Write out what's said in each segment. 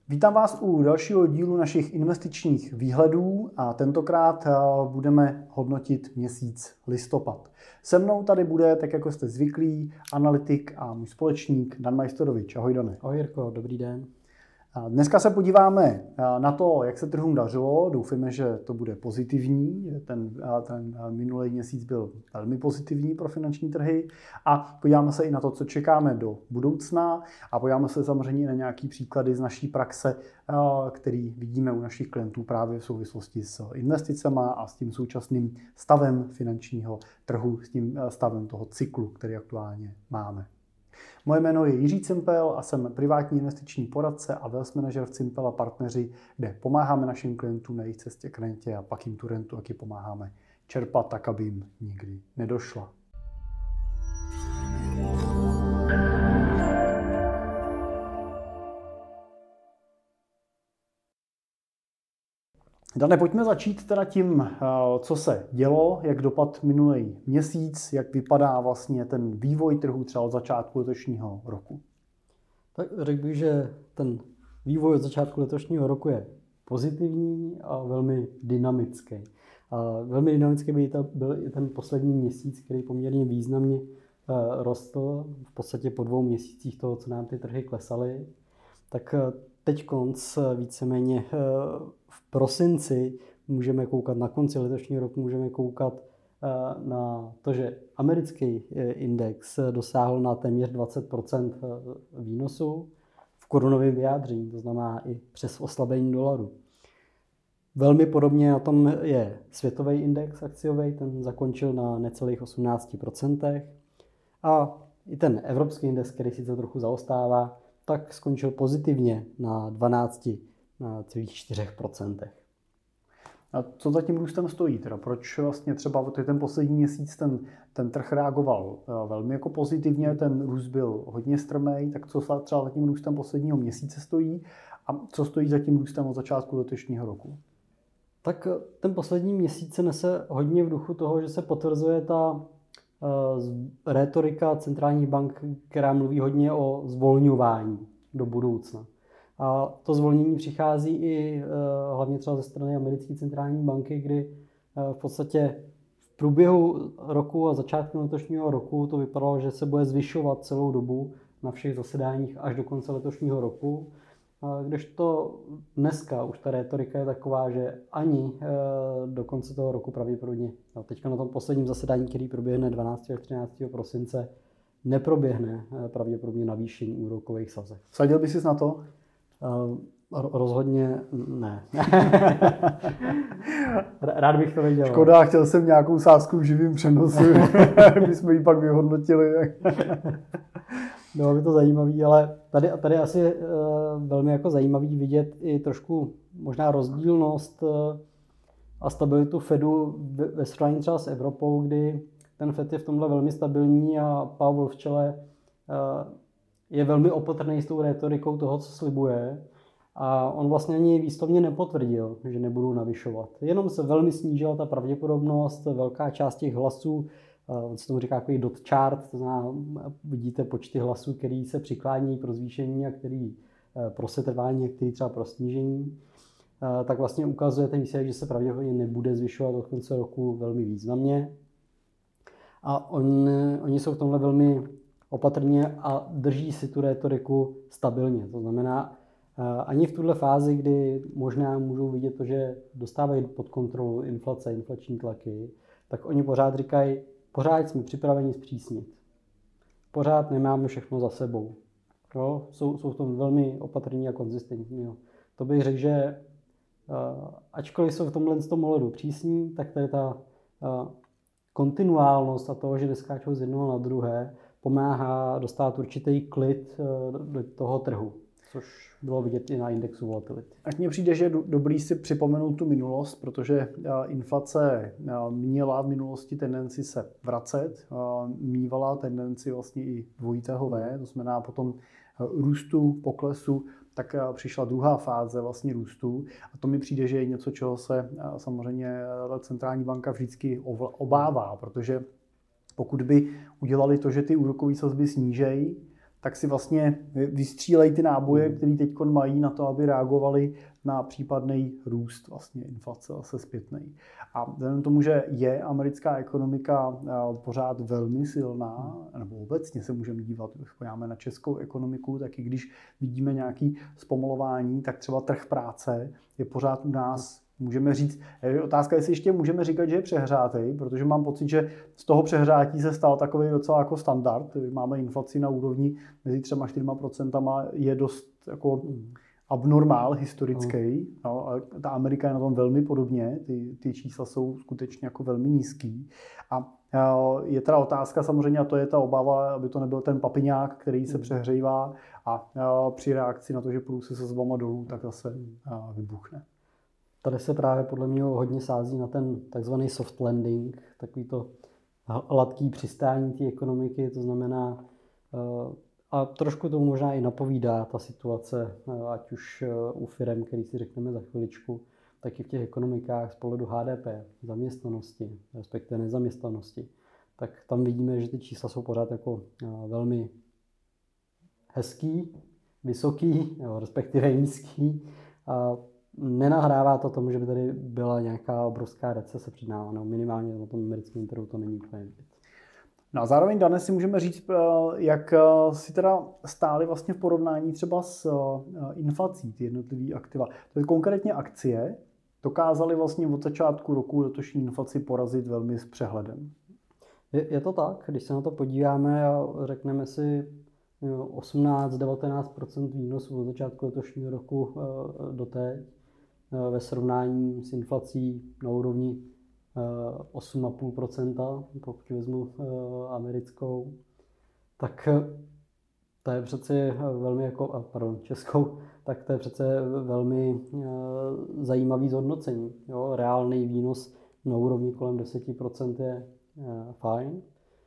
Vítám vás u dalšího dílu našich investičních výhledů a tentokrát budeme hodnotit měsíc listopad. Se mnou tady bude, tak jako jste zvyklí, analytik a můj společník Dan Majstorovič. Ahoj, Dane. Ahoj, Jirko, dobrý den. Dneska se podíváme na to, jak se trhům dařilo. Doufáme, že to bude pozitivní. Ten minulý měsíc byl velmi pozitivní pro finanční trhy. A podíváme se i na to, co čekáme do budoucna. A podíváme se samozřejmě na nějaké příklady z naší praxe, který vidíme u našich klientů právě v souvislosti s investicemi a s tím současným stavem finančního trhu, s tím stavem toho cyklu, který aktuálně máme. Moje jméno je Jiří Cimpel a jsem privátní investiční poradce a wealth manager v Cimpel a partneři, kde pomáháme našim klientům na jejich cestě k rentě a pak jim tu rentu taky pomáháme čerpat tak, aby jim nikdy nedošla. Dane, pojďme začít teda tím, co se dělo, jak dopad minulý měsíc, jak vypadá vlastně ten vývoj trhu třeba od začátku letošního roku. Tak řekl bych, že ten vývoj od začátku letošního roku je pozitivní a velmi dynamický. A velmi dynamický byl i ten poslední měsíc, který poměrně významně rostl, v podstatě po 2 měsících toho, co nám ty trhy klesaly. Tak teď víceméně v prosinci můžeme koukat, na konci letošního roku můžeme koukat na to, že americký index dosáhl na téměř 20% výnosu v korunovém vyjádření, to znamená i přes oslabení dolaru. Velmi podobně na tom je světový index akciový, ten zakončil na necelých 18%. A i ten evropský index, který sice trochu zaostává, tak skončil pozitivně na 12,4%. A co za tím růstem stojí? Teda proč vlastně třeba ten poslední měsíc ten trh reagoval velmi jako pozitivně, ten růst byl hodně strmý, tak co třeba za tím růstem posledního měsíce stojí a co stojí za tím růstem od začátku letošního roku? Tak ten poslední měsíc se nese hodně v duchu toho, že se potvrzuje ta rétorika centrálních bank, která mluví hodně o zvolňování do budoucna. A to zvolnění přichází i hlavně třeba ze strany americké centrální banky, kdy v podstatě v průběhu roku a začátkem letošního roku to vypadalo, že se bude zvyšovat celou dobu na všech zasedáních až do konce letošního roku. Kdežto dneska už ta rétorika je taková, že ani do konce toho roku pravděpodobně, teďka na tom posledním zasedání, který proběhne 12. až 13. prosince, neproběhne pravděpodobně navýšení úrokových sazeb. Vsadil by si na to? Rozhodně ne. Rád bych to věděl. Škoda, chtěl jsem nějakou sázku v živým přenosu, my jsme ji pak vyhodnotili. Bylo by to zajímavý, ale tady asi je velmi jako zajímavý vidět i trošku možná rozdílnost a stabilitu Fedu ve srovnání třeba s Evropou, kdy ten Fed je v tomhle velmi stabilní a Powell v čele je velmi opatrný s tou rétorikou toho, co slibuje. A on vlastně ani výslovně nepotvrdil, že nebudou navyšovat. Jenom se velmi snížila ta pravděpodobnost, velká část těch hlasů, on se tomu říká takový dot chart, to znamená, vidíte počty hlasů, který se přiklání pro zvýšení a který pro setrvání a který třeba pro snížení, tak vlastně ukazuje ten výsledek, že se pravděpodobně nebude zvyšovat od konce roku velmi významně. A oni jsou v tomhle velmi opatrně a drží si tu rétoriku stabilně. To znamená, ani v tuhle fázi, kdy možná můžou vidět to, že dostávají pod kontrolu inflace, inflační tlaky, tak oni pořád říkají, pořád jsme připraveni zpřísnit. Pořád nemáme všechno za sebou. Jo? Jsou v tom velmi opatrní a konzistentní. Jo? To bych řekl, že ačkoliv jsou v tomhle ohledu přísní, tak tady ta kontinuálnost a toho, že neskáčou z jednoho na druhé, pomáhá dostat určitý klid do toho trhu, což bylo vidět i na indexu volatility. Tak mně přijde, že je dobrý si připomenout tu minulost, protože inflace měla v minulosti tendenci se vracet, mívala tendenci vlastně i dvojitého V, to znamená potom růstu, poklesu, tak přišla druhá fáze vlastně růstu a to mi přijde, že je něco, čeho se samozřejmě centrální banka vždycky obává, protože pokud by udělali to, že ty úrokové sazby snížejí, tak si vlastně vystřílej ty náboje, které teď mají na to, aby reagovali na případný růst vlastně inflace zase zpětnej. A vzhledem k tomu, že je americká ekonomika pořád velmi silná, nebo obecně se můžeme dívat, když podíváme na českou ekonomiku, tak i když vidíme nějaké zpomalování, tak třeba trh práce je pořád u nás, můžeme říct, otázka, jestli ještě můžeme říkat, že je přehřátej, protože mám pocit, že z toho přehřátí se stal takový docela jako standard. Máme inflaci na úrovni mezi 3-4%, je dost jako abnormál historický. No, a ta Amerika je na tom velmi podobně, ty čísla jsou skutečně jako velmi nízký. A je teda otázka samozřejmě, a to je ta obava, aby to nebyl ten papiňák, který se přehřívá a při reakci na to, že půjdu se sazbama dolů, tak zase vybuchne. Tady se právě podle mě hodně sází na ten takzvaný soft landing, takový to hladký přistání té ekonomiky, to znamená, a trošku tomu možná i napovídá ta situace, ať už u firem, který si řekneme za chviličku, tak i v těch ekonomikách z pohledu HDP, zaměstnanosti, respektive nezaměstnanosti, tak tam vidíme, že ty čísla jsou pořád jako velmi hezký, vysoký, respektive nízký. A nenahrává to tomu, že by tady byla nějaká obrovská recese před námi. No, minimálně na tom americkém trhu to není úplně vidět. No a zároveň dnes si můžeme říct, jak si teda stály vlastně v porovnání třeba s inflací ty jednotlivé aktiva. To je konkrétně akcie dokázaly vlastně od začátku roku letošní inflaci porazit velmi s přehledem. Je to tak, když se na to podíváme a řekneme si 18-19% výnosu od začátku letošního roku doteď ve srovnání s inflací na úrovni 8,5%, pokud vezmu americkou, tak to je přece velmi českou, tak to je přece velmi zajímavý zhodnocení. Jo? Reálný výnos na úrovni kolem 10% je fajn.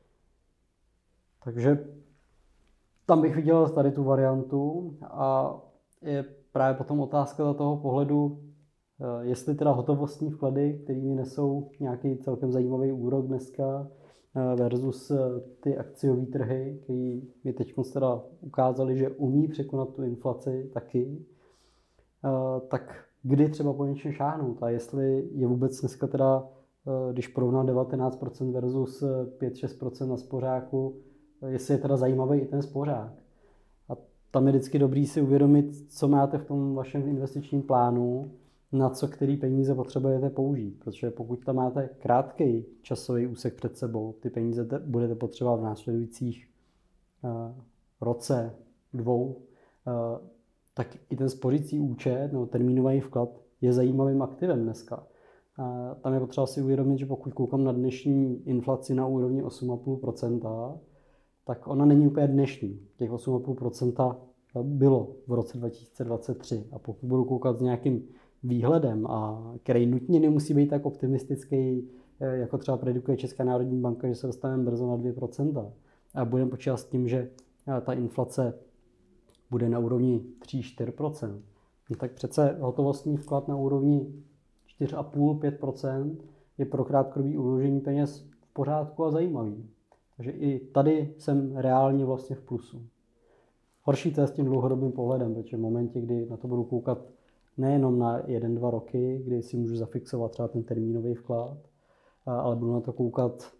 Takže tam bych viděl tady tu variantu a je právě potom otázka za toho pohledu, jestli teda hotovostní vklady, kterými nesou nějaký celkem zajímavý úrok dneska versus ty akciové trhy, které mi teď teda ukázali, že umí překonat tu inflaci taky, tak kdy třeba po něčem šáhnout a jestli je vůbec dneska teda, když porovnám 19% versus 5-6% na spořáku, jestli je teda zajímavý i ten spořák. A tam je vždycky dobrý si uvědomit, co máte v tom vašem investičním plánu, na co který peníze potřebujete použít. Protože pokud tam máte krátký časový úsek před sebou, ty peníze budete potřebovat v následujících roce, 2, tak i ten spořící účet nebo termínový vklad je zajímavým aktivem dneska. Tam je potřeba si uvědomit, že pokud koukám na dnešní inflaci na úrovni 8,5%, tak ona není úplně dnešní. Těch 8,5% bylo v roce 2023. A pokud budu koukat s nějakým výhledem, a který nutně nemusí být tak optimistický, jako třeba predikuje Česká národní banka, že se dostaneme brzo na 2%. A budeme počítat s tím, že ta inflace bude na úrovni 3-4%. Tak přece hotovostní vklad na úrovni 4,5-5% je pro krátkodobé uložení peněz v pořádku a zajímavý. Takže i tady jsem reálně vlastně v plusu. Horší to je s tím dlouhodobým pohledem, protože v momentě, kdy na to budu koukat nejenom na 1-2 roky, kdy si můžu zafixovat třeba ten termínový vklad, ale budu na to koukat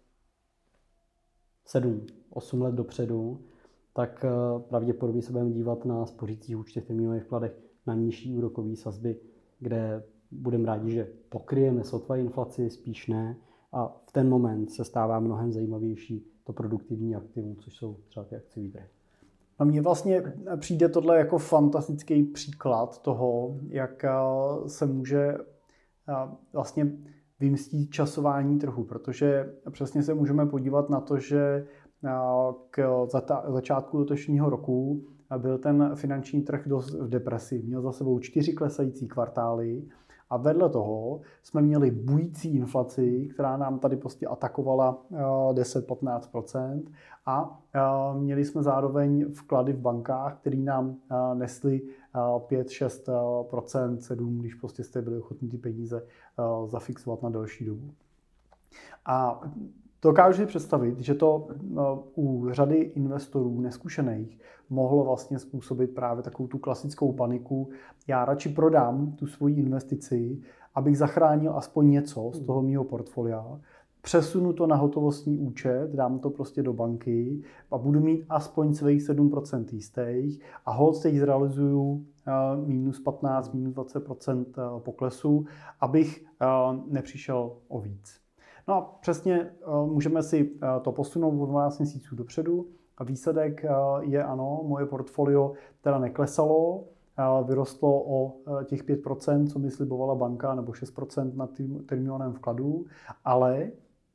7-8 let dopředu, tak pravděpodobně se budeme dívat na spořících účtech termínových vkladech na nižší úrokové sazby, kde budeme rádi, že pokryjeme sotva inflaci, spíš ne. A v ten moment se stává mnohem zajímavější to produktivní aktivum, což jsou třeba ty akciové trhy. A mně vlastně přijde tohle jako fantastický příklad toho, jak se může vlastně vymstít časování trhu, protože přesně se můžeme podívat na to, že k začátku letošního roku byl ten finanční trh dost v depresi. Měl za sebou 4 klesající kvartály a vedle toho jsme měli bující inflaci, která nám tady prostě atakovala 10-15% a měli jsme zároveň vklady v bankách, které nám nesly 5-6%, 7%, když prostě jste byli ochotní ty peníze zafixovat na delší dobu. A Dokážu si představit, že to u řady investorů neskušených mohlo vlastně způsobit právě takovou tu klasickou paniku. Já radši prodám tu svoji investici, abych zachránil aspoň něco z toho mýho portfolia, přesunu to na hotovostní účet, dám to prostě do banky a budu mít aspoň svých 7% jistých a holt teď zrealizuju minus 15, minus 20% poklesu, abych nepřišel o víc. No a přesně můžeme si to posunout o 12 měsíců dopředu a výsledek je ano, moje portfolio teda neklesalo, vyrostlo o těch 5%, co mi slibovala banka, nebo 6% na termínovaném vkladu, ale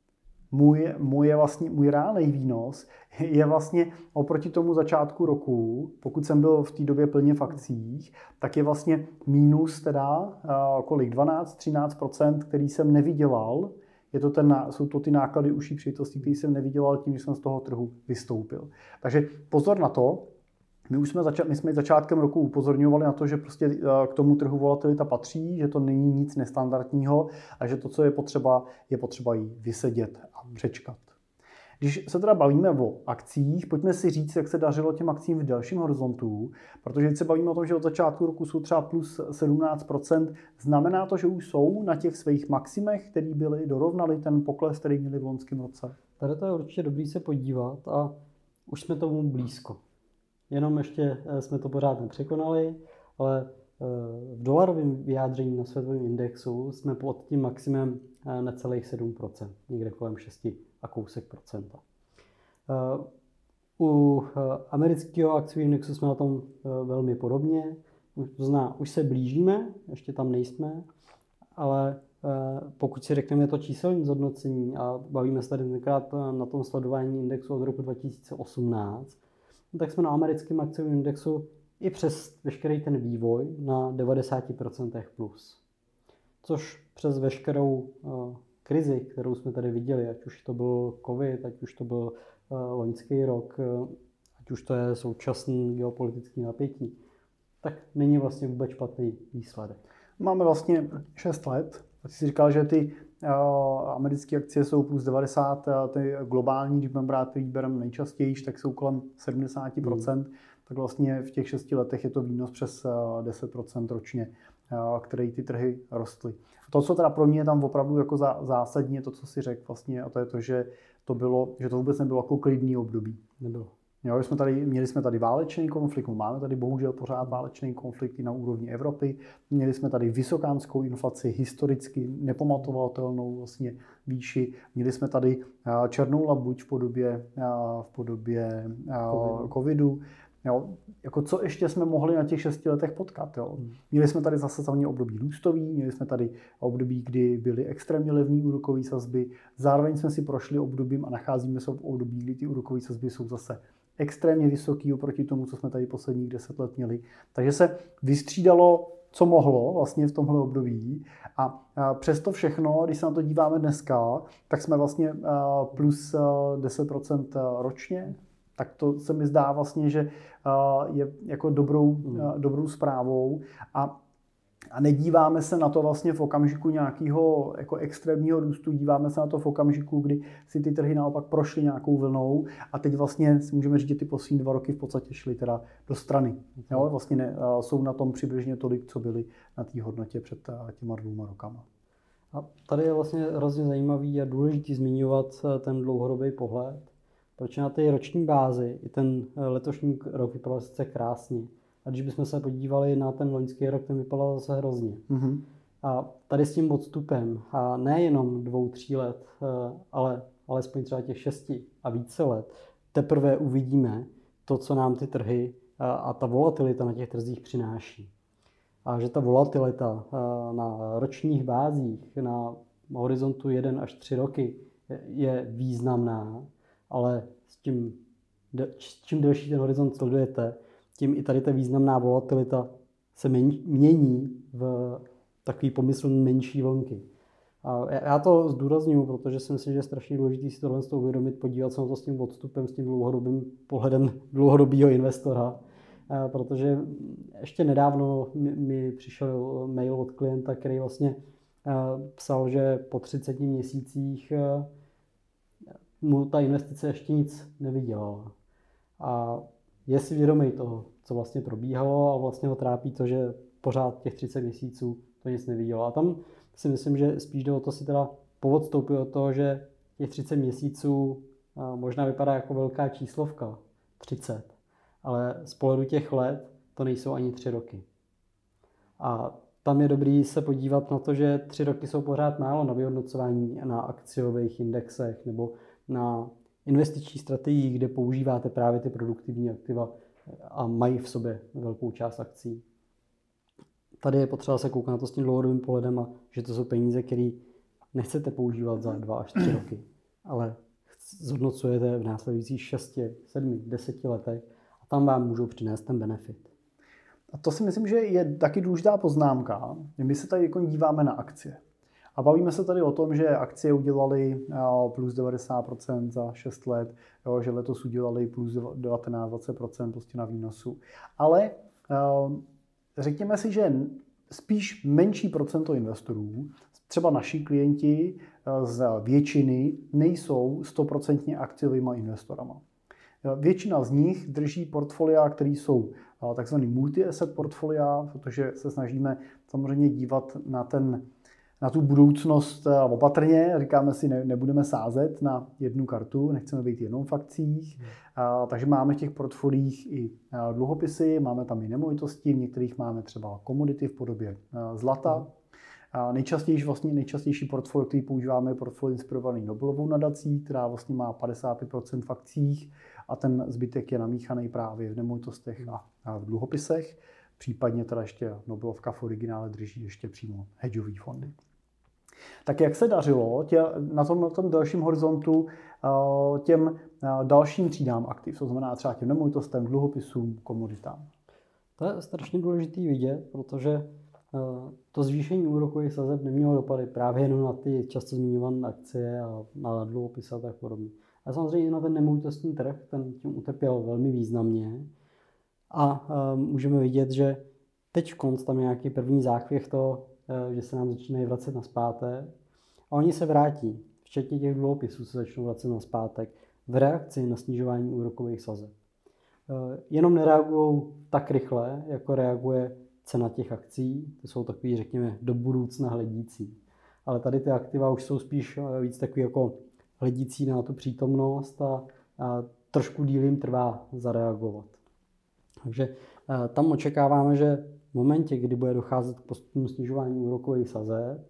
můj reálný výnos je vlastně oproti tomu začátku roku, pokud jsem byl v té době plně v akcích, tak je vlastně mínus teda kolik 12-13%, který jsem nevydělal. Jsou to ty náklady užší příležitosti, které jsem nevydělal tím, že jsem z toho trhu vystoupil. Takže pozor na to. My jsme začátkem roku upozorňovali na to, že prostě k tomu trhu volatilita patří, že to není nic nestandardního a že to, co je potřeba jí vysedět a přečkat. Když se teda bavíme o akcích, pojďme si říct, jak se dařilo těm akcím v delším horizontu, protože když se bavíme o tom, že od začátku roku jsou třeba plus 17%, znamená to, že už jsou na těch svých maximech, které dorovnali ten pokles, který měli v loňském roce? Tady to je určitě dobrý se podívat a už jsme tomu blízko. Jenom ještě jsme to pořád nepřekonali, ale v dolarovém vyjádření na světovém indexu jsme pod tím maximem necelých 7%, někde kolem 6 a kousek procenta. U amerického akciového indexu jsme na tom velmi podobně, to znamená, už se blížíme, ještě tam nejsme, ale pokud si řekneme to číselní zhodnocení a bavíme se tady tenkrát na tom sledování indexu od roku 2018, tak jsme na americkém akciovém indexu i přes veškerý ten vývoj na 90% plus. Což přes veškerou krizi, kterou jsme tady viděli, ať už to byl covid, ať už to byl loňský rok, ať už to je současný geopolitický napětí, tak není vlastně vůbec špatný výsledek. Máme vlastně 6 let. Ty jsi říkal, že ty americké akcie jsou plus 90, ty globální, když budeme brát výběrem nejčastěji, tak jsou kolem 70%, tak vlastně v těch 6 letech je to výnos přes 10% ročně, který ty trhy rostly. To, co teda pro mě je tam opravdu jako zásadní, je to, co si řekl vlastně, a to je to, že to vůbec nebylo jako klidný období. Nebylo. Jo, měli jsme tady válečný konflikt, máme tady bohužel pořád válečný konflikt i na úrovni Evropy. Měli jsme tady vysokánskou inflaci, historicky nepamatovatelnou vlastně výši. Měli jsme tady černou labuť v podobě covidu. Jo, jako co ještě jsme mohli na těch 6 letech potkat. Jo? Měli jsme tady zase samozřejmě období růstový, měli jsme tady období, kdy byly extrémně levné úrokové sazby, zároveň jsme si prošli obdobím a nacházíme se v období, kdy ty úrokové sazby jsou zase extrémně vysoký oproti tomu, co jsme tady posledních 10 let měli. Takže se vystřídalo, co mohlo vlastně v tomhle období. A přesto všechno, když se na to díváme dneska, tak jsme vlastně plus 10% ročně. Tak to se mi zdá vlastně, že je jako dobrou zprávou a nedíváme se na to vlastně v okamžiku nějakého jako extrémního růstu, díváme se na to v okamžiku, kdy si ty trhy naopak prošly nějakou vlnou a teď vlastně si můžeme říct, že ty poslední 2 roky v podstatě šly teda do strany. Jo? Vlastně jsou na tom přibližně tolik, co byly na té hodnotě před těma 2 rokama. A tady je vlastně hrozně zajímavý a důležitý zmiňovat ten dlouhodobý pohled, protože na té roční bázi i ten letošní rok vypadal sice krásně. A když bychom se podívali na ten loňský rok, ten vypadal zase hrozně. Mm-hmm. A tady s tím odstupem, a nejenom 2-3 let, ale alespoň třeba těch 6 a více let, teprve uvidíme to, co nám ty trhy a ta volatilita na těch trzích přináší. A že ta volatilita na ročních bázích, na horizontu 1 až 3 roky je významná, ale čím delší ten horizont sledujete, tím i tady ta významná volatilita se mění v takový pomyslný menší vlnky. A já to zdůrazňuji, protože si myslím, že je strašně důležité si tohle uvědomit, podívat se na to s tím odstupem, s tím dlouhodobým pohledem dlouhodobého investora. Protože ještě nedávno mi přišel mail od klienta, který vlastně psal, že po 30 měsících mu ta investice ještě nic nevydělala. A je si vědomý toho, co vlastně probíhalo a vlastně ho trápí to, že pořád těch 30 měsíců to nic nevidělo. A tam si myslím, že spíš jde o to si teda poodstoupit od toho, že těch 30 měsíců možná vypadá jako velká číslovka, 30, ale z pohledu těch let to nejsou ani 3 roky. A tam je dobrý se podívat na to, že 3 roky jsou pořád málo na vyhodnocování na akciových indexech nebo na investiční strategii, kde používáte právě ty produktivní aktiva a mají v sobě velkou část akcí. Tady je potřeba se koukat na to s tím dlouhodobým pohledem a že to jsou peníze, které nechcete používat za 2 až 3 roky, ale zhodnocujete v následujících 6, 7, 10 letech a tam vám můžou přinést ten benefit. A to si myslím, že je taky důležitá poznámka. My se tady díváme na akcie. A bavíme se tady o tom, že akcie udělaly plus 90% za 6 let, že letos udělali plus 19-20% prostě na výnosu. Ale řekněme si, že spíš menší procento investorů, třeba naši klienti z většiny, nejsou 100% akciovými investorama. Většina z nich drží portfolia, které jsou takzvaný multi-asset portfolia, protože se snažíme samozřejmě dívat na tu budoucnost opatrně. Říkáme si, nebudeme sázet na jednu kartu, nechceme být jenom v akcích. Takže máme v těch portfoliích i dluhopisy, máme tam i nemovitosti, v některých máme třeba komodity v podobě zlata. Nejčastější portfolio, který používáme, je portfolio inspirovaný Nobelovou nadací, která vlastně má 55% v akcích a ten zbytek je namíchaný právě v nemovitostech a v dluhopisech. Případně teda ještě Nobelovka v originále drží ještě přímo hedžové fondy. Tak jak se dařilo na tom dalším horizontu těm dalším třídám aktiv, to znamená třeba těm nemovitostem, dluhopisům, komoditám? To je strašně důležitý vidět, protože to zvýšení úrokových sazeb nemělo dopady právě jenom na ty často zmiňované akcie a na dluhopisy a tak podobně. A samozřejmě na ten nemovitostní trh, ten tím utrpěl velmi významně a můžeme vidět, že teď tam je nějaký první záchvěv toho, že se nám začínají vracet nazpátek a oni se vrátí, včetně těch dluhopisů se začnou vracet nazpátek v reakci na snižování úrokových sazeb. Jenom nereagují tak rychle, jako reaguje cena těch akcí, to jsou takový, řekněme, do budoucna hledící. Ale tady ty aktiva už jsou spíš víc takový jako hledící na tu přítomnost a trošku díl jim trvá zareagovat. Takže tam očekáváme, že v momentě, kdy bude docházet k postupnému snižování úrokových sazeb,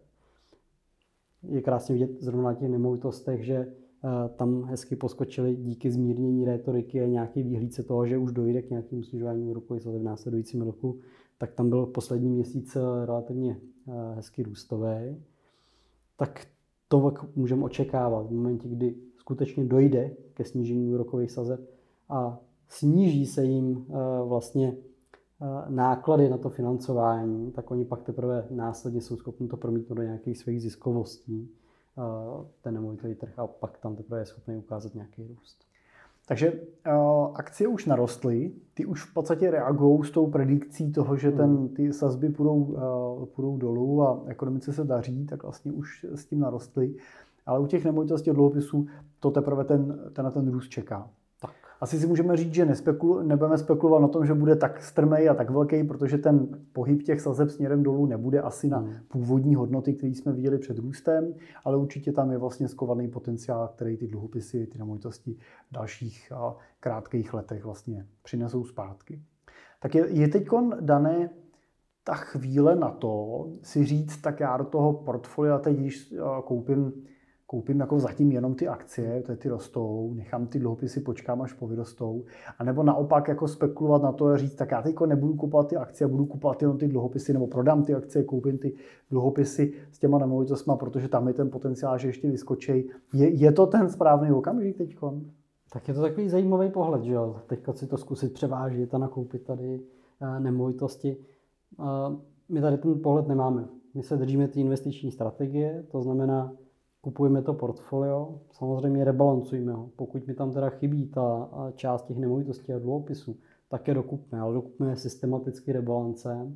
je krásně vidět zrovna na těch nemovitostech, že tam hezky poskočili díky zmírnění rétoriky a nějaký výhlídce toho, že už dojde k nějakému snižování úrokových sazeb v následujícím roku, tak tam byl poslední měsíc relativně hezky růstový. Tak to můžeme očekávat v momentě, kdy skutečně dojde ke snížení úrokových sazeb a sníží se jim vlastně náklady na to financování, tak oni pak teprve následně jsou schopni to promítnout do nějakých svých ziskovostí, ten nemovitý trh, a pak tam teprve je schopný ukázat nějaký růst. Takže akcie už narostly, ty už v podstatě reagují s tou predikcí toho, že ty sazby půjdou dolů a ekonomice se daří, tak vlastně už s tím narostly. Ale u těch nemovitostí a dluhopisů to teprve ten růst čeká. Tak. Asi si můžeme říct, že nebudeme spekulovat na tom, že bude tak strmej a tak velký, protože ten pohyb těch sazeb směrem dolů nebude asi na původní hodnoty, které jsme viděli před růstem, ale určitě tam je vlastně skovaný potenciál, který ty dluhopisy, ty nemovitosti v dalších krátkých letech vlastně přinesou zpátky. Tak je teď dané ta chvíle na to si říct, tak já do toho portfolia teď, když koupím jako zatím jenom ty akcie, ty rostou, nechám ty dluhopisy, počkám, až povyrostou, anebo naopak jako spekulovat na to a říct, tak já teď nebudu kupovat ty akcie, budu kupovat jenom ty dluhopisy, nebo prodám ty akcie, koupím ty dluhopisy s těma nemovitostma, protože tam je ten potenciál, že ještě vyskočí. Je to ten správný okamžik teďkon? Tak je to takový zajímavý pohled, že jo? Teďka si to zkusit převážit a nakoupit tady nemovitosti. My tady ten pohled nemáme. My se držíme ty investiční strategie, to znamená, kupujeme to portfolio, samozřejmě rebalancujeme ho. Pokud mi tam teda chybí ta část těch nemovitostí a dluhopisů, tak je dokupme, ale dokupme systematicky rebalancem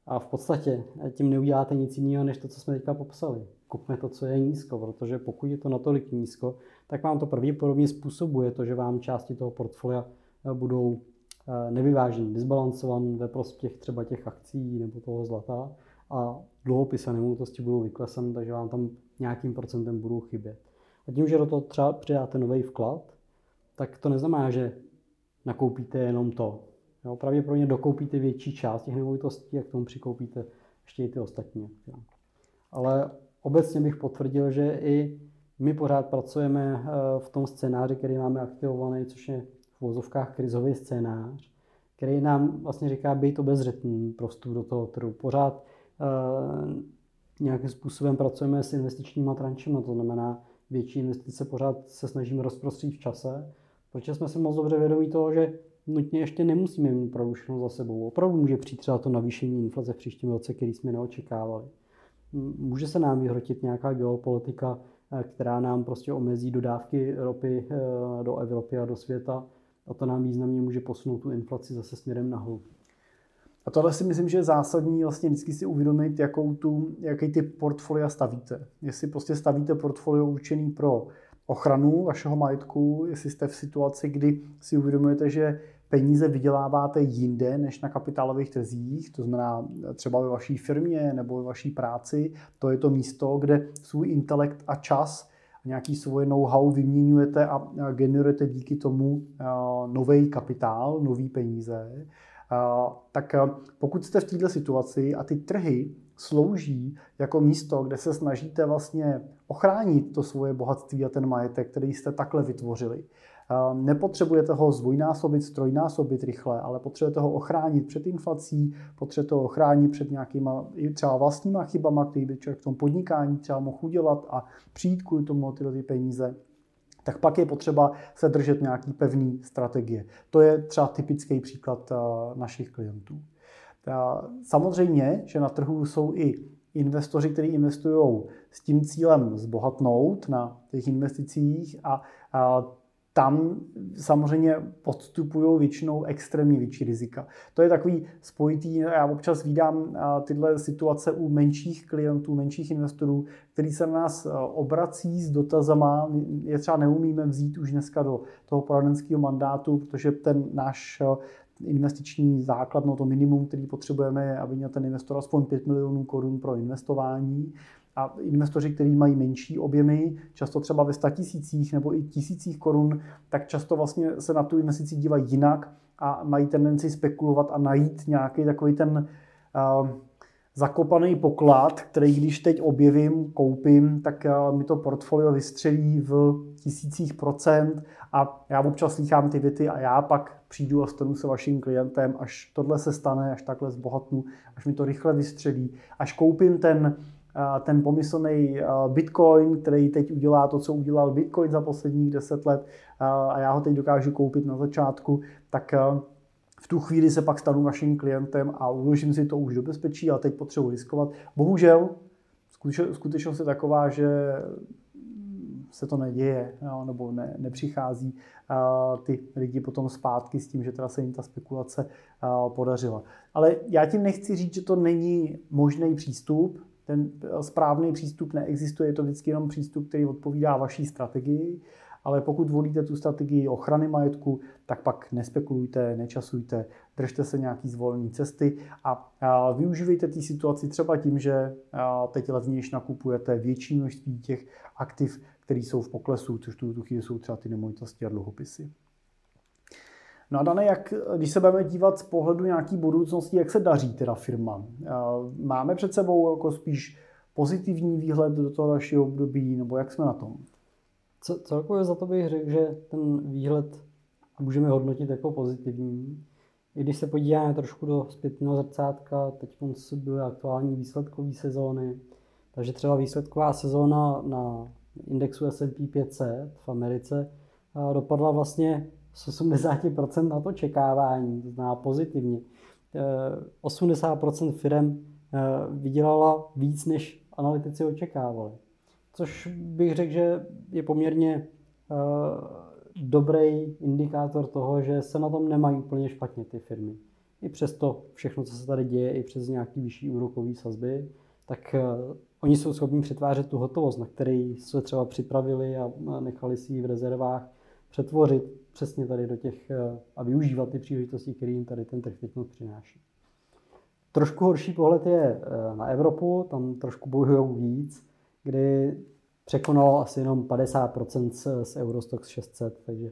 A v podstatě tím neuděláte nic jiného, než to, co jsme teďka popsali. Kupme to, co je nízko, protože pokud je to natolik nízko, tak vám to pravděpodobně způsobuje to, že vám části toho portfolia budou nevyvážený, disbalancovaný ve prospěch třeba těch akcí nebo toho zlata a dluhopisy a nemovitosti budou vyklesané, takže vám tam nějakým procentem budou chybět. A tím, že do toho třeba přidáte nový vklad, tak to neznamená, že nakoupíte jenom to. Jo, pravděpodobně dokoupíte větší část těch nemovitostí a k tomu přikoupíte ještě i ty ostatní. Jo. Ale obecně bych potvrdil, že i my pořád pracujeme v tom scénáři, který máme aktivovaný, což je v uvozovkách krizový scénář, který nám vlastně říká být obezřetný pro vstup do toho trhu. Pořád nějakým způsobem pracujeme s investičníma trančemi, to znamená větší investice pořád se snažíme rozprostřít v čase, protože jsme si moc dobře vědomí toho, že nutně ještě nemusíme mít opravdu všechno za sebou. Opravdu může přijít třeba to navýšení inflace v příštím roce, který jsme neočekávali. Může se nám vyhrotit nějaká geopolitika, která nám prostě omezí dodávky ropy do Evropy a do světa a to nám významně může posunout tu inflaci zase směrem nahoru. A tohle si myslím, že je zásadní vlastně vždycky si uvědomit, jaký typ portfolia stavíte. Jestli prostě stavíte portfolio určený pro ochranu vašeho majetku, jestli jste v situaci, kdy si uvědomujete, že peníze vyděláváte jinde než na kapitálových trzích, to znamená třeba ve vaší firmě nebo ve vaší práci, to je to místo, kde svůj intelekt a čas a nějaký svoje know-how vyměňujete a generujete díky tomu nový kapitál, nový peníze. Tak pokud jste v této situaci a ty trhy slouží jako místo, kde se snažíte vlastně ochránit to svoje bohatství a ten majetek, který jste takhle vytvořili. Nepotřebujete ho zdvojnásobit, strojnásobit rychle, ale potřebujete ho ochránit před inflací, potřebujete ho ochránit před nějakýma třeba vlastníma chybama, který by člověk v tom podnikání třeba mohl udělat a přijít kvůli tomu tyhle ty peníze. Tak pak je potřeba se držet nějaký pevný strategie. To je třeba typický příklad našich klientů. Samozřejmě, že na trhu jsou i investoři, kteří investují s tím cílem zbohatnout na těch investicích a tam samozřejmě podstupují většinou extrémně větší rizika. To je takový spojitý, já občas vídám tyhle situace u menších klientů, menších investorů, kteří se na nás obrací s dotazama, je třeba neumíme vzít už dneska do toho poradenského mandátu, protože ten náš investiční základ, no to minimum, který potřebujeme, je, aby měl ten investor aspoň 5 milionů korun pro investování. A investoři, kteří mají menší objemy, často třeba ve 100 000 nebo i tisících korun, tak často vlastně se na tu investici dívají jinak a mají tendenci spekulovat a najít nějaký takový ten zakopaný poklad, který když teď objevím, koupím, tak mi to portfolio vystřelí v tisících procent a já občas slýchám ty věty a já pak přijdu a stanu se vaším klientem, až tohle se stane, až takhle zbohatnu, až mi to rychle vystřelí, až koupím ten pomyslný Bitcoin, který teď udělá to, co udělal Bitcoin za posledních 10 let a já ho teď dokážu koupit na začátku, tak v tu chvíli se pak stanu vaším klientem a uložím si to už do bezpečí, ale teď potřebuji riskovat. Bohužel skutečnost je taková, že se to neděje, nebo nepřichází ty lidi potom zpátky s tím, že teda se jim ta spekulace podařila. Ale já tím nechci říct, že to není možný přístup. Ten správný přístup neexistuje, je to vždycky jenom přístup, který odpovídá vaší strategii, ale pokud volíte tu strategii ochrany majetku, tak pak nespekulujte, nečasujte, držte se nějaký zvolený cesty a využívejte té situaci třeba tím, že teď levnější nakupujete větší množství těch aktiv, které jsou v poklesu, což tu chvíli jsou třeba ty nemovitosti a dluhopisy. No a Dane, když se budeme dívat z pohledu nějaký budoucnosti, jak se daří teda firma? Máme před sebou jako spíš pozitivní výhled do toho dalšího období, nebo jak jsme na tom? Celkově za to bych řekl, že ten výhled můžeme hodnotit jako pozitivní. I když se podíváme trošku do zpětného zrcátka, teď byly aktuální výsledkové sezóny, takže třeba výsledková sezóna na indexu S&P 500 v Americe dopadla vlastně z 80% na to čekávání, to znamená pozitivně. 80% firem vydělala víc, než analytici očekávali. Což bych řekl, že je poměrně dobrý indikátor toho, že se na tom nemají úplně špatně ty firmy. i přes to všechno, co se tady děje, i přes nějaký vyšší úrokové sazby, tak oni jsou schopni přetvářet tu hotovost, na který se třeba připravili a nechali si ji v rezervách přetvořit přesně tady do těch a využívat ty příležitosti, které jim tady ten trh teď přináší. Trošku horší pohled je na Evropu, tam trošku bojují víc, kdy překonalo asi jenom 50% z Eurostoxx 600, takže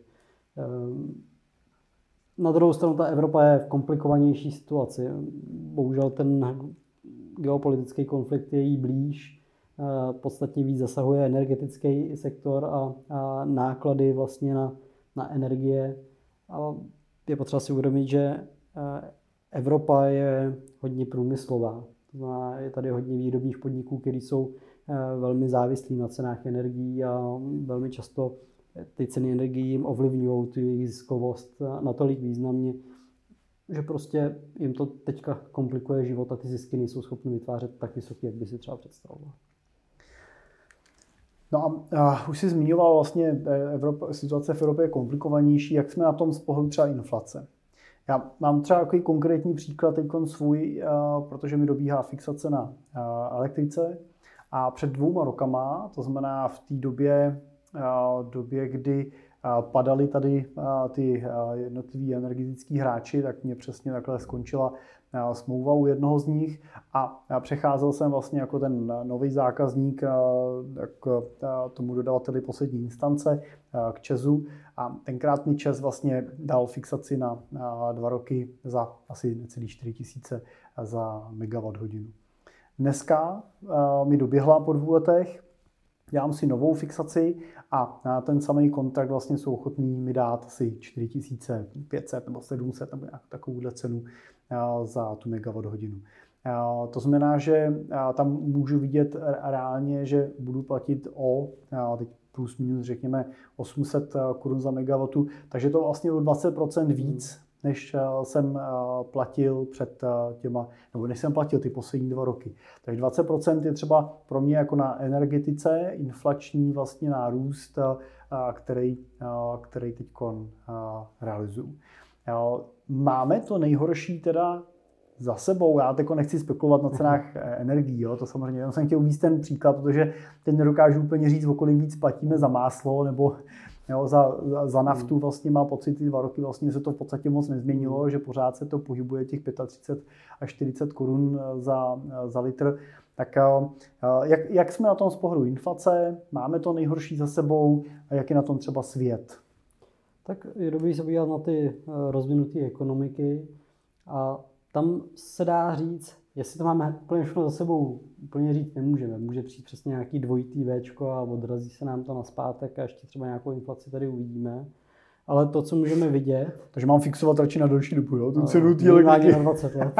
na druhou stranu ta Evropa je v komplikovanější situaci. Bohužel ten geopolitický konflikt je jí blíž, podstatně víc zasahuje energetický sektor a náklady vlastně na energie. A je potřeba si uvědomit, že Evropa je hodně průmyslová. To znamená, je tady hodně výrobních podniků, které jsou velmi závislí na cenách energií a velmi často ty ceny energií jim ovlivňují tu jejich ziskovost natolik významně, že prostě jim to teďka komplikuje život a ty zisky nejsou schopni vytvářet tak vysoký, jak by si třeba představoval. No a už jsi zmiňoval vlastně, situace v Evropě je komplikovanější. Jak jsme na tom z pohledu třeba inflace? Já mám třeba takový konkrétní příklad teďkon svůj, protože mi dobíhá fixace na elektrice a před 2 rokama, to znamená v té době, kdy padaly tady ty jednotliví energetický hráči, tak mě přesně takhle skončila smlouva u jednoho z nich a přecházel jsem vlastně jako ten nový zákazník k tomu dodavateli poslední instance, k ČEZu a tenkrát mi ČEZ vlastně dal fixaci na 2 roky za asi necelý 4 000 za megawatt hodinu. Dneska mi doběhla po 2 letech, dělám si novou fixaci a ten samý kontrakt vlastně jsou ochotný mi dát asi 4500 nebo 700 nebo nějak takovouhle cenu za tu megawatt hodinu. To znamená, že tam můžu vidět reálně, že budu platit teď plus minus řekněme 800 korun za megawattu, takže to vlastně o 20% víc, než jsem platil před než jsem platil ty poslední 2 roky. Takže 20% je třeba pro mě jako na energetice inflační vlastně nárůst, který teď realizuju. Máme to nejhorší teda za sebou. Já teď nechci spekulovat na cenách energií, jo? To samozřejmě. Já jsem chtěl uvést ten příklad, protože teď nedokážu úplně říct, o kolik víc platíme za máslo nebo za naftu. Vlastně má pocit, ty 2 roky vlastně se to v podstatě moc nezměnilo, že pořád se to pohybuje těch 35 až 40 korun za litr. Tak jak jsme na tom z pohledu inflace? Máme to nejhorší za sebou? A jak je na tom třeba svět? Tak je dobré se podívat na ty rozvinuté ekonomiky a tam se dá říct, jestli to máme úplně všechno za sebou, úplně říct nemůžeme. Může přijít přesně nějaký dvojitý Včko a odrazí se nám to nazpátek a ještě třeba nějakou inflaci tady uvidíme. Ale to, co můžeme vidět... Takže mám fixovat radši na delší dobu, jo? Tu cenu té elektriky. Na 20 let.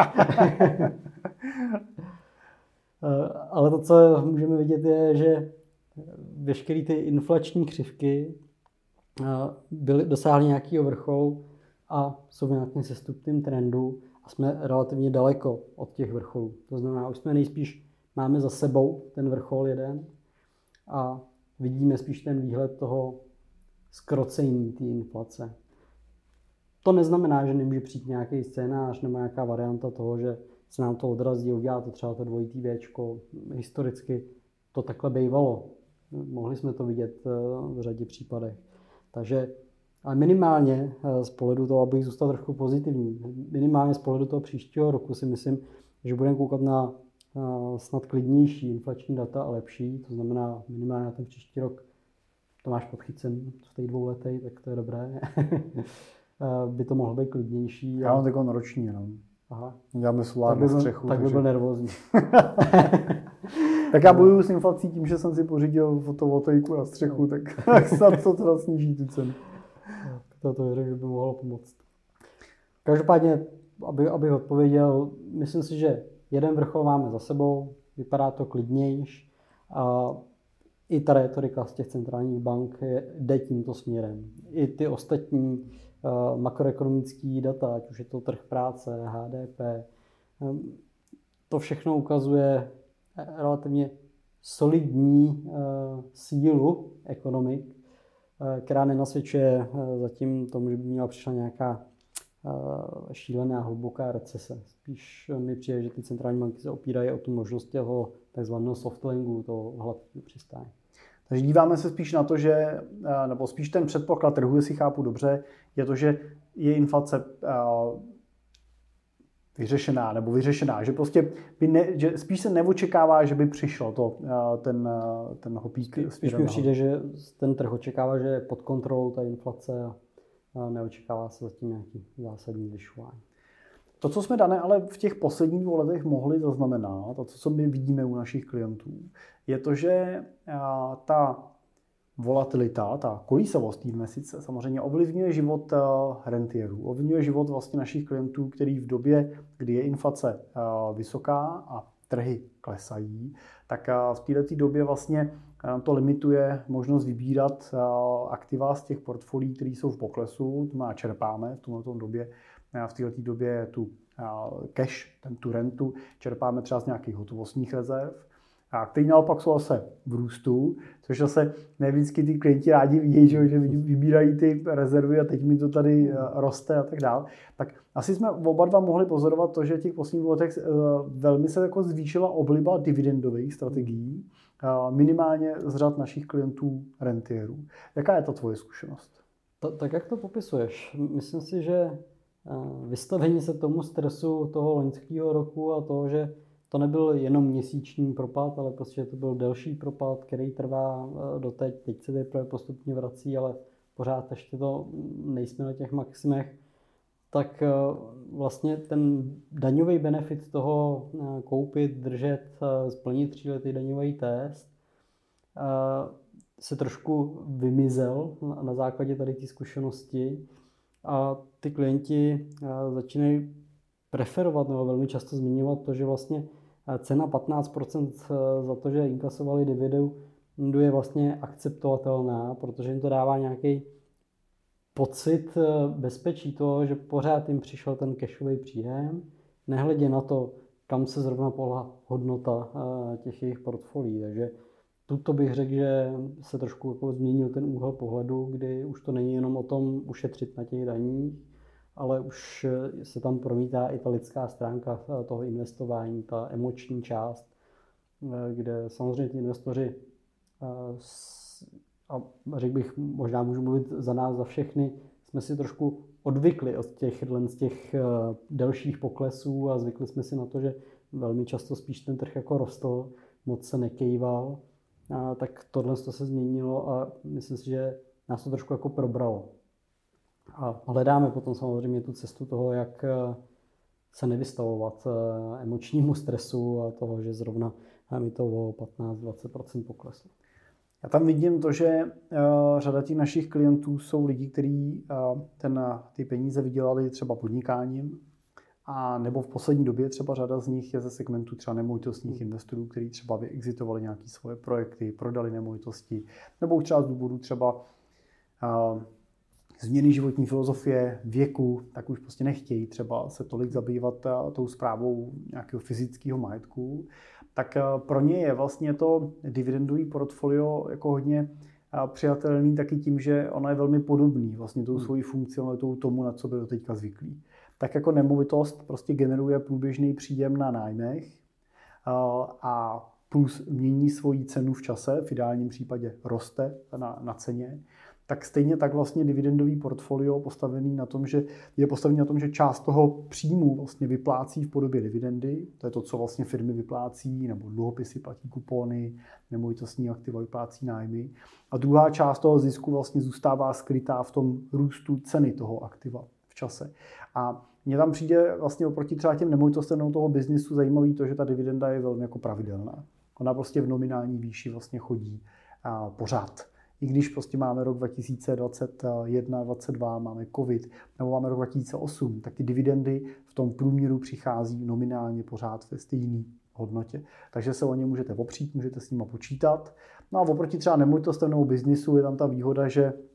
Ale to, co můžeme vidět, je, že veškeré ty inflační křivky dosáhly nějakého vrcholu a jsou v nějakém sestupném trendu a jsme relativně daleko od těch vrcholů. To znamená, už jsme nejspíš máme za sebou ten vrchol jeden a vidíme spíš ten výhled toho zkrocení té inflace. To neznamená, že nemůže přijít nějaký scénář nebo nějaká varianta toho, že se nám to odrazí, udělá to třeba to dvojitý Včko. Historicky to takhle bývalo. Mohli jsme to vidět v řadě případech. Takže ale minimálně z pohledu toho, abych zůstal trochu pozitivní, minimálně z pohledu toho příštího roku si myslím, že budeme koukat na snad klidnější inflační data a lepší, to znamená minimálně na ten příští rok, to máš podchycen v těch 2 letech, tak to je dobré, by to mohlo být klidnější. Já mám takovou roční, no. Aha. Děláme solární střechu. Tak by byl nervózní. Tak já bojuju s inflací tím, že jsem si pořídil fotovoltaiku na střechu, tak snad to teda sníží tu cenu. To věřím, že by mohlo pomoct. Každopádně, abych odpověděl, myslím si, že jeden vrchol máme za sebou, vypadá to klidnější a i ta rétorika z těch centrálních bank jde tímto směrem. I ty ostatní makroekonomické data, ať už je to trh práce, HDP, to všechno ukazuje relativně solidní sílu ekonomik, která nenasvědčuje zatím tomu, že by měla přišla nějaká šílená hluboká recese. Spíš mi přijde, že ty centrální banky se opírají o tu možnost toho takzvaného soft landingu, toho hladkého přistání. Takže díváme se spíš na to, že, nebo spíš ten předpoklad trhu, jestli chápu dobře, je to, že je inflace vyřešená, že prostě že spíš se neočekává, že by přišlo ten hopík. Spíš mi přijde, že ten trh očekává, že je pod kontrolou ta inflace a neočekává se zatím nějaký zásadní zvyšování. To, co jsme, Dané, ale v těch posledních 2 letech mohli zaznamenat, a to, co my vidíme u našich klientů, je to, že ta volatilita, ta kolísavost investice samozřejmě ovlivňuje život rentierů, ovlivňuje život vlastně našich klientů, který v době, kdy je inflace vysoká a trhy klesají, tak v této době vlastně to limituje možnost vybírat aktiva z těch portfolií, které jsou v poklesu, to má čerpáme v této době tu cash, tu rentu, čerpáme třeba z nějakých hotovostních rezerv, a který naopak jsou zase v růstu, což zase ne vždycky ty klienti rádi vidí, že vybírají ty rezervy a teď mi to tady roste a tak dál. Tak asi jsme oba dva mohli pozorovat to, že v těch posledních letech velmi se jako zvýšila obliba dividendových strategií, minimálně z řad našich klientů rentierů. Jaká je ta tvoje zkušenost? Tak jak to popisuješ? Myslím si, že vystavení se tomu stresu toho loňského roku a toho, že to nebyl jenom měsíční propad, ale prostě to byl delší propad, který trvá doteď. Teď se teprve postupně vrací, ale pořád ještě to nejsme na těch maximech. Tak vlastně ten daňový benefit toho koupit, držet, splnit 3letý daňový test se trošku vymizel na základě tady té zkušenosti a ty klienti začínají preferovat nebo velmi často zmiňovat to, že vlastně cena 15% za to, že inkasovali dividendu je vlastně akceptovatelná, protože jim to dává nějaký pocit bezpečí toho, že pořád jim přišel ten cashový příjem, nehledě na to, kam se zrovna pohla hodnota těch jejich portfolií. Takže tuto bych řekl, že se trošku jako změnil ten úhel pohledu, kdy už to není jenom o tom ušetřit na těch daních, ale už se tam promítá i ta lidská stránka toho investování, ta emoční část, kde samozřejmě ti investoři, a řekl bych, možná můžu mluvit za nás, za všechny, jsme si trošku odvykli od těch delších poklesů a zvykli jsme si na to, že velmi často spíš ten trh jako rostl, moc se nekejval, tak tohle se změnilo a myslím si, že nás to trošku jako probralo. A hledáme potom samozřejmě tu cestu toho, jak se nevystavovat emočnímu stresu a toho, že zrovna mi to o 15-20% pokleslo. Já tam vidím to, že řada těch našich klientů jsou lidi, kteří ty peníze vydělali třeba podnikáním, a nebo v poslední době třeba řada z nich je ze segmentu třeba nemovitostních investorů, kteří třeba vyexitovali nějaké svoje projekty, prodali nemovitosti, nebo třeba z důvodu třeba změny životní filozofie, věku, tak už prostě nechtějí třeba se tolik zabývat tou správou nějakého fyzického majetku, tak pro ně je vlastně to dividendový portfolio jako hodně přijatelný taky tím, že ono je velmi podobný vlastně tou svojí funkcionalitou tomu, na co byl teďka zvyklý. Tak jako nemovitost prostě generuje průběžný příjem na nájmech a plus mění svoji cenu v čase, v ideálním případě roste na ceně, tak stejně tak vlastně dividendový portfolio je postavený na tom, že část toho příjmu vlastně vyplácí v podobě dividendy, to je to, co vlastně firmy vyplácí, nebo dluhopisy platí kupony, nemovitostní aktiva vyplácí nájmy. A druhá část toho zisku vlastně zůstává skrytá v tom růstu ceny toho aktiva v čase. A mně tam přijde vlastně oproti třeba těm nemovitostem toho biznisu zajímavý to, že ta dividenda je velmi jako pravidelná. Ona prostě v nominální výši vlastně chodí pořád. I když prostě máme rok 2021, 2022, máme covid, nebo máme rok 2008, tak ty dividendy v tom průměru přichází nominálně pořád ve stejné hodnotě. Takže se o ně můžete opřít, můžete s nimi počítat. No a oproti třeba nemovitostem nebo biznisu je tam ta výhoda, že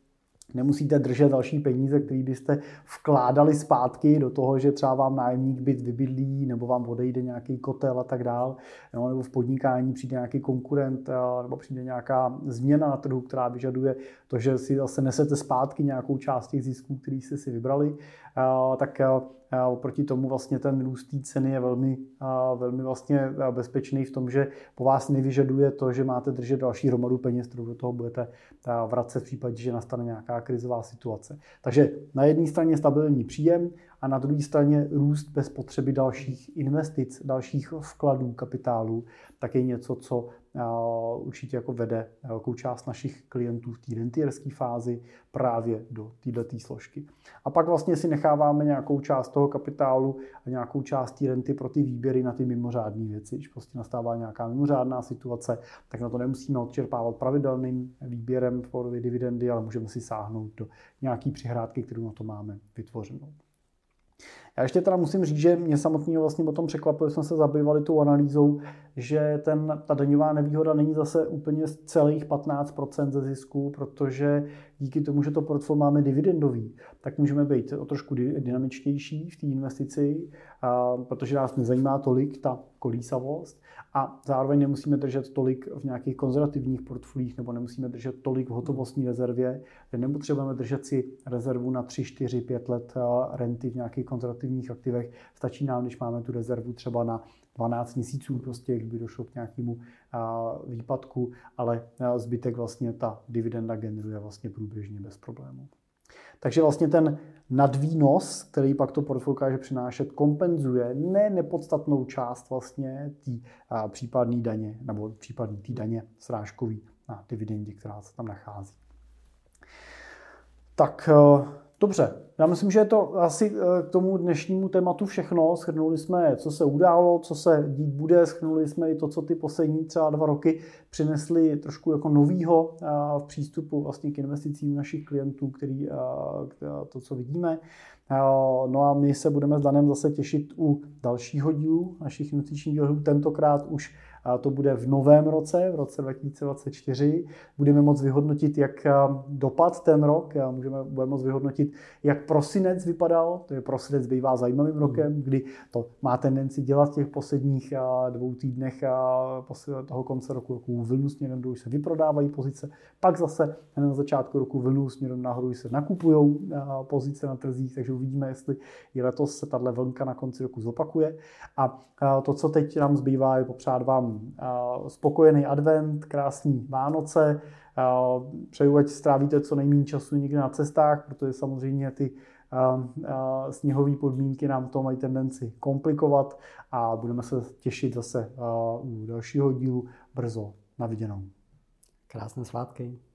Nemusíte držet další peníze, které byste vkládali zpátky do toho, že třeba vám nájemník byt vybydlí, nebo vám odejde nějaký kotel a tak dál, nebo v podnikání přijde nějaký konkurent, nebo přijde nějaká změna na trhu, která vyžaduje to, že si zase nesete zpátky nějakou část těch zisků, který jste si vybrali, tak oproti tomu vlastně ten růst té ceny je velmi vlastně bezpečný v tom, že po vás nevyžaduje to, že máte držet další hromadu peněz, kterou do toho budete vracet v případě, že nastane nějaká krizová situace. Takže na jedné straně stabilní příjem a na druhé straně růst bez potřeby dalších investic, dalších vkladů kapitálu, tak je něco, co určitě jako vede velkou část našich klientů v té rentierské fázi právě do této složky. A pak vlastně si necháváme nějakou část toho kapitálu a nějakou část té renty pro ty výběry na ty mimořádné věci. Když prostě nastává nějaká mimořádná situace, tak na to nemusíme odčerpávat pravidelným výběrem v podobě dividendy, ale můžeme si sáhnout do nějaký přihrádky, kterou na to máme vytvořenou. Já ještě teda musím říct, že mě samotného vlastně o tom překvapilo, že jsme se zabývali tou analýzou, že ta daňová nevýhoda není zase úplně z celých 15% ze zisku, protože díky tomu, že to portfolio máme dividendový, tak můžeme být o trošku dynamičtější v té investici, protože nás nezajímá tolik ta kolísavost a zároveň nemusíme držet tolik v nějakých konzervativních portfoliích nebo nemusíme držet tolik v hotovostní rezervě, nepotřebujeme držet si rezervu na 3, 4, 5 let renty v nějakých konzervativních aktivech. Stačí nám, když máme tu rezervu třeba na 12 měsíců, prostě, kdyby došlo k nějakému výpadku, ale zbytek vlastně ta dividenda generuje vlastně průběžně bez problémů. Takže vlastně ten nadvýnos, který pak to portfolio dokáže přinášet, kompenzuje nepodstatnou část vlastně té případné daně, nebo případné té daně srážkový na dividendě, která se tam nachází. Tak dobře, já myslím, že je to asi k tomu dnešnímu tématu všechno. Shrnuli jsme, co se událo, co se dít bude, shrnuli jsme i to, co ty poslední třeba 2 roky přinesly trošku jako novýho v přístupu vlastně k investicím našich klientů, to, co vidíme. No a my se budeme s Danem zase těšit u dalšího dílu našich investičních dílů. Tentokrát už to bude v novém roce, v roce 2024. Budeme moct vyhodnotit, jak dopad ten rok. Budeme moct vyhodnotit, jak prosinec vypadal. To je prosinec bývá zajímavým rokem, kdy to má tendenci dělat v těch posledních 2 týdnech toho konce roku vlnu směrem dolů, se vyprodávají pozice. Pak zase na začátku roku vlnu směrem nahoru se nakupují pozice na trzích, takže uvidíme, jestli i letos se tato vlnka na konci roku zopakuje. A to, co teď nám zbývá, je popřát vám spokojený advent, krásný Vánoce. Přeju, ať strávíte co nejméně času někde na cestách, protože samozřejmě ty sněhové podmínky nám to mají tendenci komplikovat a budeme se těšit zase u dalšího dílu brzo. Na viděnou. Krásné svátky.